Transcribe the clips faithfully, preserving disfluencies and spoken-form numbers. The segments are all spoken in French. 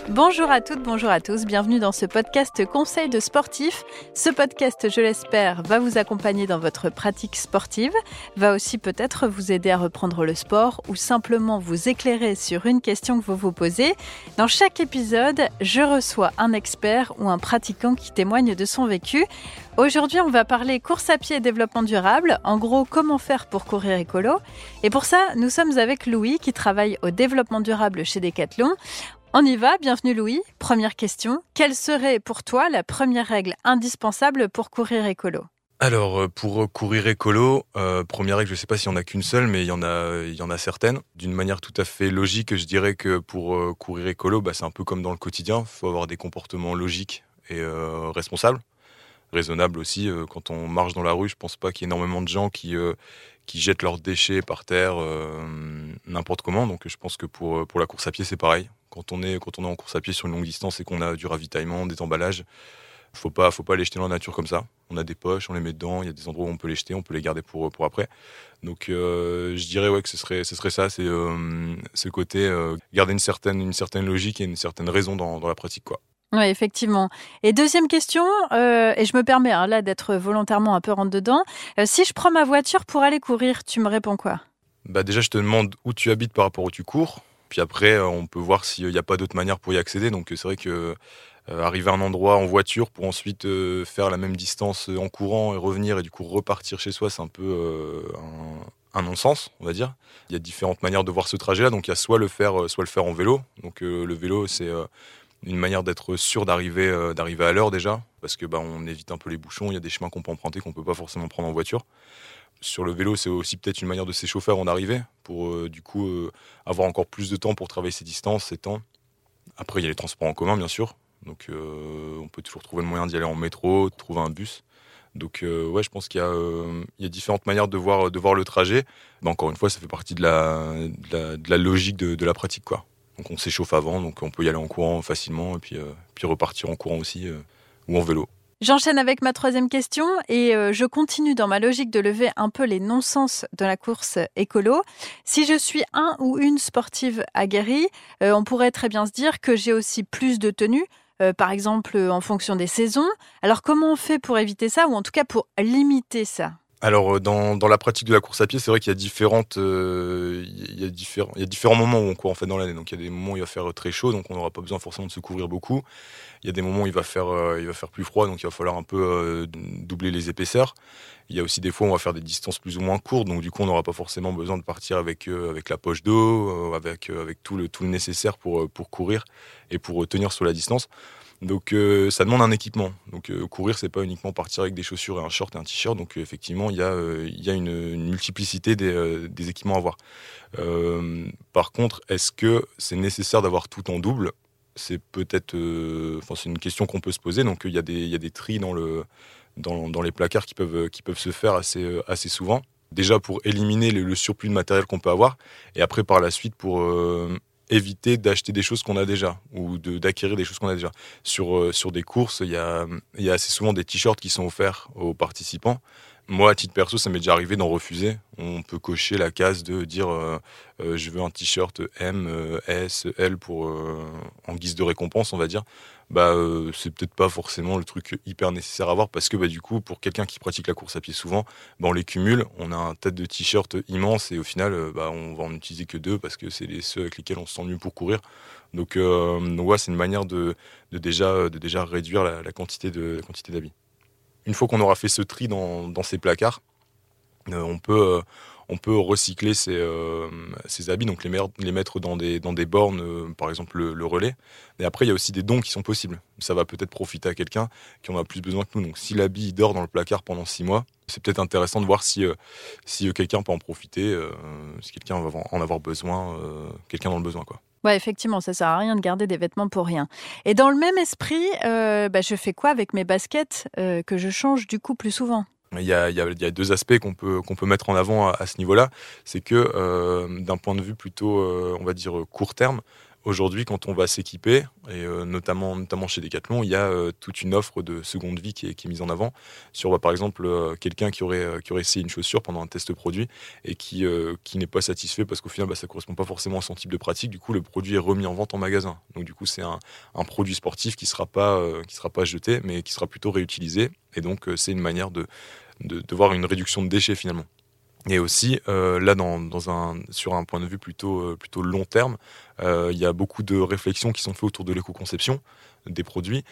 Bonjour à toutes, bonjour à tous, bienvenue dans ce podcast Conseil de sportifs. Ce podcast, je l'espère, va vous accompagner dans votre pratique sportive, va aussi peut-être vous aider à reprendre le sport ou simplement vous éclairer sur une question que vous vous posez. Dans chaque épisode, je reçois un expert ou un pratiquant qui témoigne de son vécu. Aujourd'hui, on va parler course à pied et développement durable. En gros, comment faire pour courir écolo. Et pour ça, nous sommes avec Louis qui travaille au développement durable chez Decathlon. On y va, bienvenue Louis. Première question, quelle serait pour toi la première règle indispensable pour courir écolo ? Alors, pour courir écolo, euh, première règle, je ne sais pas s'il n'y en a qu'une seule, mais il y en a, il y en a certaines. D'une manière tout à fait logique, je dirais que pour euh, courir écolo, bah, c'est un peu comme dans le quotidien. Il faut avoir des comportements logiques et euh, responsables. Raisonnables aussi. Euh, quand on marche dans la rue, je ne pense pas qu'il y ait énormément de gens qui... Euh, qui jettent leurs déchets par terre euh, n'importe comment. Donc je pense que pour, pour la course à pied, c'est pareil. Quand on est, quand on est en course à pied sur une longue distance et qu'on a du ravitaillement, des emballages, il faut pas, faut pas les jeter dans la nature comme ça. On a des poches, on les met dedans, il y a des endroits où on peut les jeter, on peut les garder pour, pour après. Donc euh, je dirais ouais, que ce serait, ce serait ça, c'est euh, ce côté euh, garder une certaine, une certaine logique et une certaine raison dans, dans la pratique, quoi. Oui, effectivement. Et deuxième question, euh, et je me permets hein, là d'être volontairement un peu rentre-dedans. Euh, si je prends ma voiture pour aller courir, tu me réponds quoi ? Bah déjà, je te demande où tu habites par rapport où tu cours. Puis après, on peut voir s'il n'y a pas d'autre manière pour y accéder. Donc c'est vrai que euh, arriver à un endroit en voiture pour ensuite euh, faire la même distance en courant et revenir et du coup repartir chez soi, c'est un peu euh, un, un non-sens, on va dire. Il y a différentes manières de voir ce trajet-là. Donc il y a soit le faire, soit le faire en vélo. Donc euh, le vélo, c'est euh, une manière d'être sûr d'arriver, euh, d'arriver à l'heure déjà, parce que bah, on évite un peu les bouchons, il y a des chemins qu'on peut emprunter qu'on ne peut pas forcément prendre en voiture. Sur le vélo, c'est aussi peut-être une manière de s'échauffer avant d'arriver, pour euh, du coup euh, avoir encore plus de temps pour travailler ses distances, ses temps. Après, il y a les transports en commun, bien sûr, donc euh, on peut toujours trouver le moyen d'y aller en métro, de trouver un bus. Donc euh, ouais, je pense qu'il y a, euh, il y a différentes manières de voir, de voir le trajet. Mais encore une fois, ça fait partie de la, de la, de la logique de, de la pratique, quoi. Donc on s'échauffe avant, donc on peut y aller en courant facilement et puis, euh, puis repartir en courant aussi euh, ou en vélo. J'enchaîne avec ma troisième question et euh, je continue dans ma logique de lever un peu les non-sens de la course écolo. Si je suis un ou une sportive aguerrie, euh, on pourrait très bien se dire que j'ai aussi plus de tenues, euh, par exemple en fonction des saisons. Alors comment on fait pour éviter ça ou en tout cas pour limiter ça ? Alors dans, dans la pratique de la course à pied, c'est vrai qu'il y a différentes, euh, il y a différents, il y a différents moments où on court en fait dans l'année. Donc il y a des moments où il va faire très chaud, donc on n'aura pas besoin forcément de se couvrir beaucoup. Il y a des moments où il va faire, euh, il va faire plus froid, donc il va falloir un peu euh, doubler les épaisseurs. Il y a aussi des fois où on va faire des distances plus ou moins courtes, donc du coup on n'aura pas forcément besoin de partir avec euh, avec la poche d'eau, euh, avec euh, avec tout le tout le nécessaire pour pour courir et pour tenir sur la distance. Donc euh, ça demande un équipement. Donc euh, courir, c'est pas uniquement partir avec des chaussures et un short et un t-shirt. Donc euh, effectivement, il y a euh, il y a une, une multiplicité des, euh, des équipements à avoir. Euh, par contre, est-ce que c'est nécessaire d'avoir tout en double ? C'est peut-être, euh, enfin c'est une question qu'on peut se poser. Donc il y a des il y a des tris dans le dans, dans les placards qui peuvent qui peuvent se faire assez assez souvent. Déjà pour éliminer le, le surplus de matériel qu'on peut avoir, et après par la suite pour euh, éviter d'acheter des choses qu'on a déjà ou de, d'acquérir des choses qu'on a déjà. Sur, euh, sur des courses, il y a, y a assez souvent des t-shirts qui sont offerts aux participants. Moi, à titre perso, ça m'est déjà arrivé d'en refuser. On peut cocher la case de dire euh, euh, je veux un t-shirt M, euh, S, L pour, euh, en guise de récompense, on va dire. Bah, euh, c'est peut-être pas forcément le truc hyper nécessaire à avoir parce que bah, du coup, pour quelqu'un qui pratique la course à pied souvent, bah, on les cumule. On a un tas de t-shirts immenses et au final, euh, bah, on va en utiliser que deux parce que c'est les ceux avec lesquels on se sent mieux pour courir. Donc, euh, donc ouais, c'est une manière de, de, déjà, de déjà réduire la, la quantité de, la quantité d'habits. Une fois qu'on aura fait ce tri dans, dans ces placards, euh, on, peut, euh, on peut recycler ces, euh, ces habits, donc les, mer- les mettre dans des, dans des bornes, euh, par exemple le, le relais. Et après, il y a aussi des dons qui sont possibles. Ça va peut-être profiter à quelqu'un qui en a plus besoin que nous. Donc si l'habit il dort dans le placard pendant six mois, c'est peut-être intéressant de voir si, euh, si euh, quelqu'un peut en profiter, euh, si quelqu'un va en avoir besoin, euh, quelqu'un dans le besoin, quoi. Ouais, effectivement, ça sert à rien de garder des vêtements pour rien. Et dans le même esprit, euh, bah, je fais quoi avec mes baskets euh, que je change du coup plus souvent ? Il y a, il y a, il y a deux aspects qu'on peut, qu'on peut mettre en avant à, à ce niveau-là. C'est que euh, d'un point de vue plutôt, euh, on va dire, court terme, Aujourd'hui, quand on va s'équiper, et euh, notamment, notamment chez Decathlon, il y a euh, toute une offre de seconde vie qui est, qui est mise en avant sur, bah, par exemple, euh, quelqu'un qui aurait, euh, qui aurait essayé une chaussure pendant un test produit et qui, euh, qui n'est pas satisfait parce qu'au final, bah, ça ne correspond pas forcément à son type de pratique. Du coup, le produit est remis en vente en magasin. Donc, du coup, c'est un, un produit sportif qui ne sera pas, euh, qui sera pas jeté, mais qui sera plutôt réutilisé. Et donc, euh, c'est une manière de, de, de voir une réduction de déchets finalement. Et aussi, euh, là, dans, dans un, sur un point de vue plutôt, euh, plutôt long terme, euh, il y a beaucoup de réflexions qui sont faites autour de l'éco-conception des produits.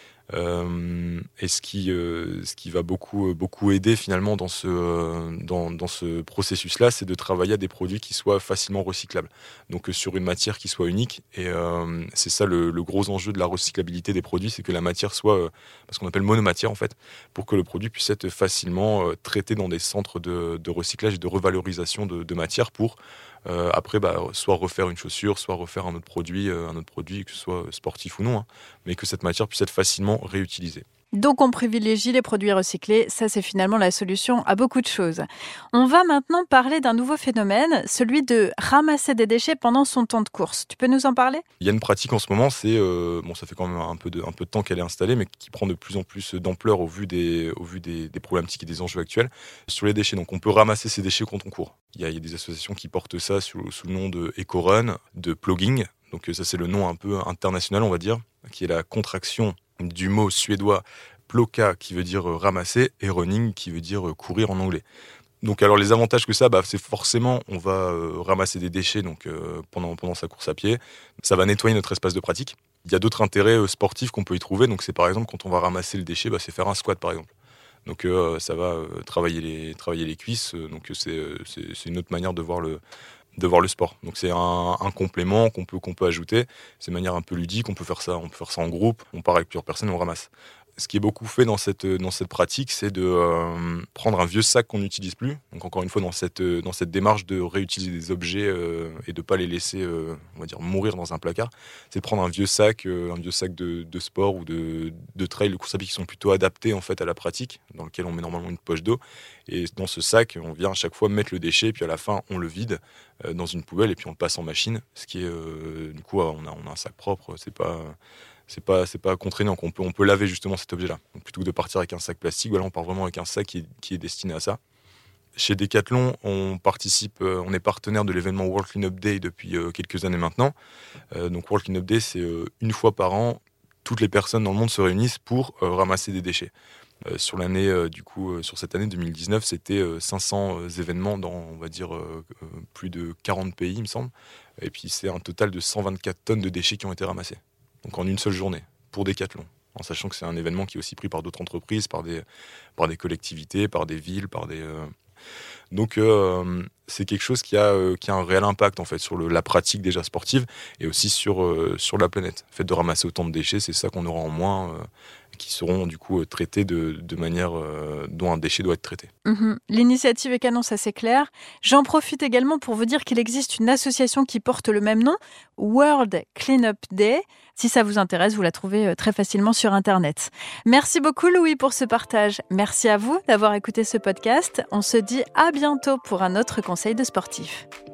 Euh, et ce qui, euh, ce qui va beaucoup, beaucoup aider finalement dans ce, euh, dans, dans ce processus-là, c'est de travailler à des produits qui soient facilement recyclables. Donc euh, sur une matière qui soit unique. Et euh, c'est ça le, le gros enjeu de la recyclabilité des produits, c'est que la matière soit euh, ce qu'on appelle monomatière en fait, pour que le produit puisse être facilement euh, traité dans des centres de, de recyclage et de revalorisation de, de matière pour euh, après bah, soit refaire une chaussure, soit refaire un autre produit, euh, un autre produit, que ce soit sportif ou non, hein, mais que cette matière puisse être facilement réutilisée. Donc on privilégie les produits recyclés, ça c'est finalement la solution à beaucoup de choses. On va maintenant parler d'un nouveau phénomène, celui de ramasser des déchets pendant son temps de course. Tu peux nous en parler ? Il y a une pratique en ce moment, c'est euh, bon, ça fait quand même un peu de, un peu de temps qu'elle est installée, mais qui prend de plus en plus d'ampleur au vu des, au vu des, des problématiques et des enjeux actuels sur les déchets. Donc on peut ramasser ces déchets quand on court. Il y a, il y a des associations qui portent ça sous, sous le nom de Eco-Run, de Plogging. Donc ça c'est le nom un peu international, on va dire, qui est la contraction du mot suédois ploka qui veut dire ramasser et running qui veut dire courir en anglais. Donc alors les avantages que ça, bah, c'est forcément on va euh, ramasser des déchets donc euh, pendant pendant sa course à pied. Ça va nettoyer notre espace de pratique. Il y a d'autres intérêts euh, sportifs qu'on peut y trouver. Donc c'est par exemple quand on va ramasser le déchet, bah, c'est faire un squat par exemple. Donc euh, ça va euh, travailler les travailler les cuisses. Euh, donc c'est, euh, c'est c'est une autre manière de voir le de voir le sport. Donc c'est un, un complément qu'on peut qu'on peut ajouter. C'est de manière un peu ludique. On peut faire ça on peut faire ça en groupe. On part avec plusieurs personnes et on ramasse. Ce qui est beaucoup fait dans cette, dans cette pratique, c'est de euh, prendre un vieux sac qu'on n'utilise plus. Donc encore une fois, dans cette, dans cette démarche de réutiliser des objets euh, et de ne pas les laisser euh, on va dire, mourir dans un placard, c'est de prendre un vieux sac, euh, un vieux sac de, de sport ou de, de trail, de course à pied qui sont plutôt adaptés en fait, à la pratique, dans lequel on met normalement une poche d'eau. Et dans ce sac, on vient à chaque fois mettre le déchet, puis à la fin, on le vide euh, dans une poubelle et puis on le passe en machine. Ce qui est, euh, du coup, on a, on a un sac propre, c'est pas... c'est pas c'est pas contraignant, qu'on peut on peut laver justement cet objet-là. Donc plutôt que de partir avec un sac plastique, voilà, on part vraiment avec un sac qui est, qui est destiné à ça. Chez Decathlon, on participe, euh, on est partenaire de l'événement World Cleanup Day depuis euh, quelques années maintenant. Euh, donc World Cleanup Day, c'est euh, une fois par an, toutes les personnes dans le monde se réunissent pour euh, ramasser des déchets. Euh, sur l'année, euh, du coup, euh, sur cette année deux mille dix-neuf, c'était euh, cinq cents euh, événements dans, on va dire, euh, euh, plus de quarante pays, il me semble. Et puis c'est un total de cent vingt-quatre tonnes de déchets qui ont été ramassés. Donc en une seule journée, pour Decathlon. En sachant que c'est un événement qui est aussi pris par d'autres entreprises, par des, par des collectivités, par des villes, par des... Euh... Donc euh, c'est quelque chose qui a, euh, qui a un réel impact en fait, sur le, la pratique déjà sportive et aussi sur, euh, sur la planète. Le fait de ramasser autant de déchets, c'est ça qu'on aura en moins, euh, qui seront du coup traités de, de manière euh, dont un déchet doit être traité. Mmh. L'initiative est canon, ça c'est clair. J'en profite également pour vous dire qu'il existe une association qui porte le même nom, World Cleanup Day. Si ça vous intéresse, vous la trouvez très facilement sur Internet. Merci beaucoup Louis pour ce partage. Merci à vous d'avoir écouté ce podcast. On se dit à bientôt pour un autre conseil de sportif.